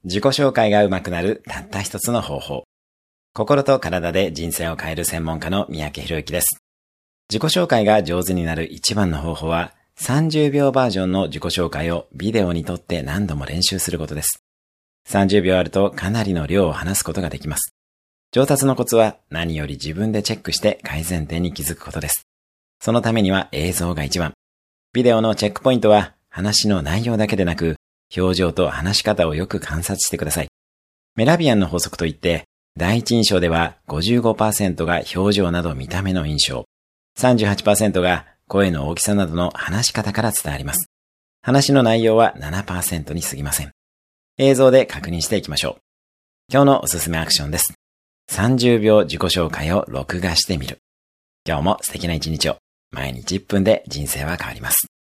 自己紹介が上手くなるたった一つの方法。心と体で人生を変える専門家の三宅宏之です。自己紹介が上手になる一番の方法は、30秒バージョンの自己紹介をビデオに撮って何度も練習することです。30秒あるとかなりの量を話すことができます。上達のコツは何より自分でチェックして改善点に気づくことです。そのためには映像が一番。ビデオのチェックポイントは話の内容だけでなく、表情と話し方をよく観察してください。メラビアンの法則といって、第一印象では 55% が表情など見た目の印象、38% が声の大きさなどの話し方から伝わります。話の内容は 7% に過ぎません。映像で確認していきましょう。今日のおすすめアクションです。30秒自己紹介を録画してみる。今日も素敵な一日を。毎日1分で人生は変わります。